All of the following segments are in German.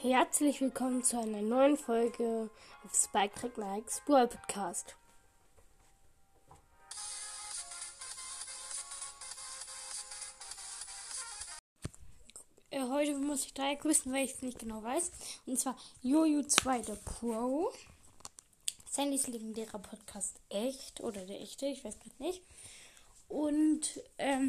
Herzlich willkommen zu einer neuen Folge auf Spike Track Nikes Brawl Podcast. Heute muss ich 3 grüßen, weil ich es nicht genau weiß. Und zwar Jojo 2 der Pro, Sandys legendärer Podcast Echt oder der Echte, ich weiß gerade nicht. Und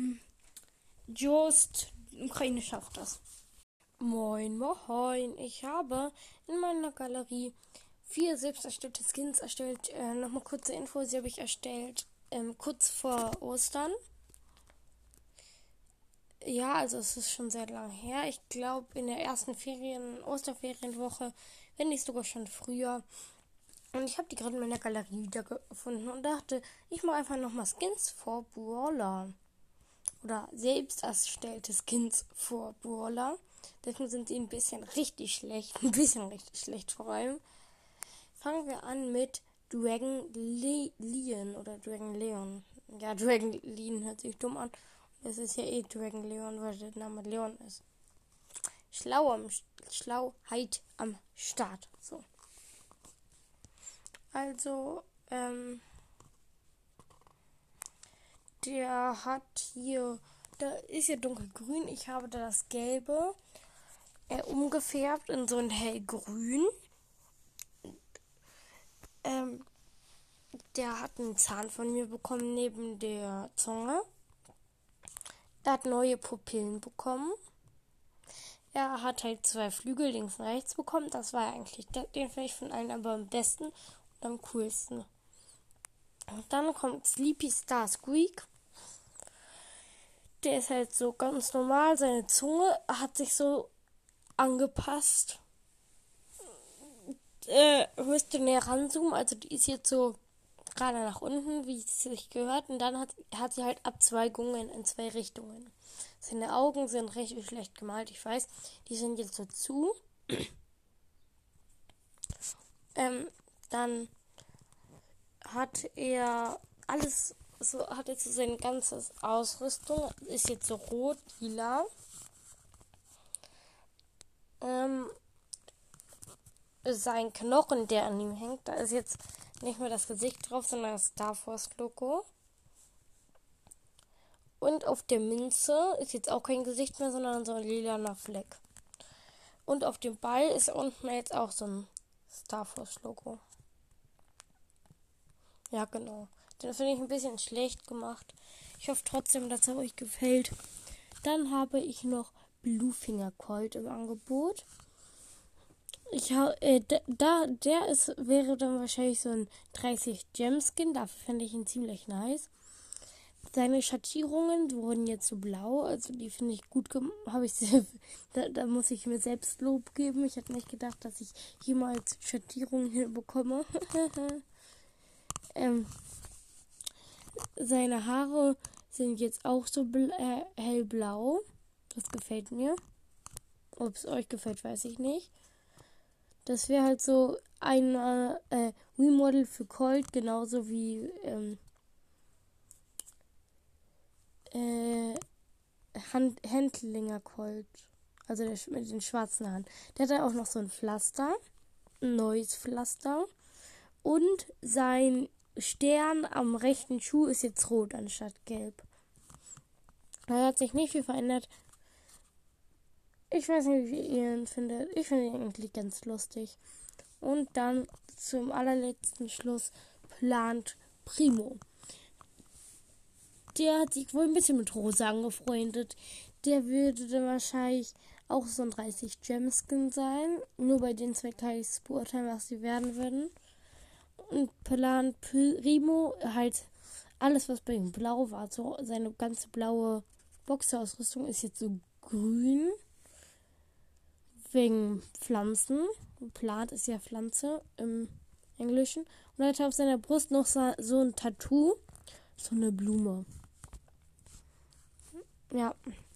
Just Ukraine schafft das. Moin, moin. Ich habe in meiner Galerie 4 selbst erstellte Skins erstellt. Nochmal kurze Info, sie habe ich erstellt kurz vor Ostern. Ja, also es ist schon sehr lange her. Ich glaube in der ersten Osterferienwoche, wenn nicht sogar schon früher. Und ich habe die gerade in meiner Galerie wiedergefunden und dachte, ich mache einfach nochmal Skins vor Brawler. Oder selbst erstellte Skins vor Brawler. Deswegen sind sie ein bisschen richtig schlecht. Ein bisschen richtig schlecht vor allem. Fangen wir an mit Dragon Leon oder Dragon Leon. Ja, Dragon Leon hört sich dumm an. Das ist ja Dragon Leon, weil der Name Leon ist. Schlauheit am Start. So. Also, der hat hier, da ist ja dunkelgrün. Ich habe da das Gelbe umgefärbt in so ein hellgrün. Der hat einen Zahn von mir bekommen neben der Zunge. Er hat neue Pupillen bekommen. Er hat halt 2 Flügel links und rechts bekommen. Das war eigentlich, den finde ich von allen aber am besten und am coolsten. Und dann kommt Sleepy Star Squeak. Der ist halt so ganz normal. Seine Zunge hat sich so angepasst. Müsste näher ranzoomen. Also die ist jetzt so gerade nach unten, wie es sich gehört. Und dann hat sie halt Abzweigungen in 2 Richtungen. Seine Augen sind richtig schlecht gemalt, ich weiß. Die sind jetzt so zu. Dann hat er alles, so hat jetzt so sein ganzes Ausrüstung, ist jetzt so rot, lila. Sein Knochen, der an ihm hängt, da ist jetzt nicht mehr das Gesicht drauf, sondern das Star Force Logo. Und auf der Münze ist jetzt auch kein Gesicht mehr, sondern so ein lilaner Fleck. Und auf dem Ball ist unten jetzt auch so ein Star Force Logo. Ja, genau. Den finde ich ein bisschen schlecht gemacht. Ich hoffe trotzdem, dass er euch gefällt. Dann habe ich noch Bluefinger Colt im Angebot. Wäre dann wahrscheinlich so ein 30 Gem Skin. Dafür fände ich ihn ziemlich nice. Seine Schattierungen wurden jetzt so blau, also die finde ich gut gemacht. Da muss ich mir selbst Lob geben. Ich habe nicht gedacht, dass ich jemals Schattierungen hinbekomme. Seine Haare sind jetzt auch so hellblau. Das gefällt mir. Ob es euch gefällt, weiß ich nicht. Das wäre halt so ein Remodel für Colt, genauso wie Handlinger Colt. Also der mit den schwarzen Haaren. Der hat dann auch noch so ein Pflaster. Ein neues Pflaster. Und sein Stern am rechten Schuh ist jetzt rot anstatt gelb. Da hat sich nicht viel verändert. Ich weiß nicht, wie ihr ihn findet. Ich finde ihn eigentlich ganz lustig. Und dann zum allerletzten Schluss plant Primo. Der hat sich wohl ein bisschen mit Rosa angefreundet. Der würde dann wahrscheinlich auch so ein 30 Gem Skin sein. Nur bei den 2 kann ich beurteilen, was sie werden würden. Und Plan Primo, halt alles, was bei ihm blau war. So seine ganze blaue Boxerausrüstung ist jetzt so grün. Wegen Pflanzen. Plant ist ja Pflanze im Englischen. Und er hat auf seiner Brust noch so ein Tattoo. So eine Blume. Ja.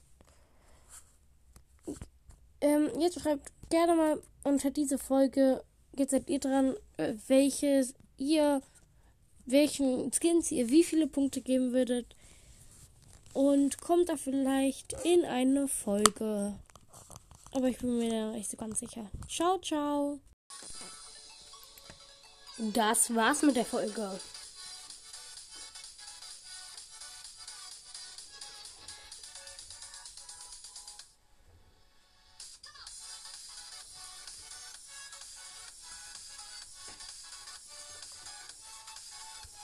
Jetzt schreibt gerne mal unter diese Folge, jetzt seid ihr dran, welchen Skins ihr wie viele Punkte geben würdet. Und kommt da vielleicht in eine Folge. Aber ich bin mir da nicht so ganz sicher. Ciao, ciao. Das war's mit der Folge.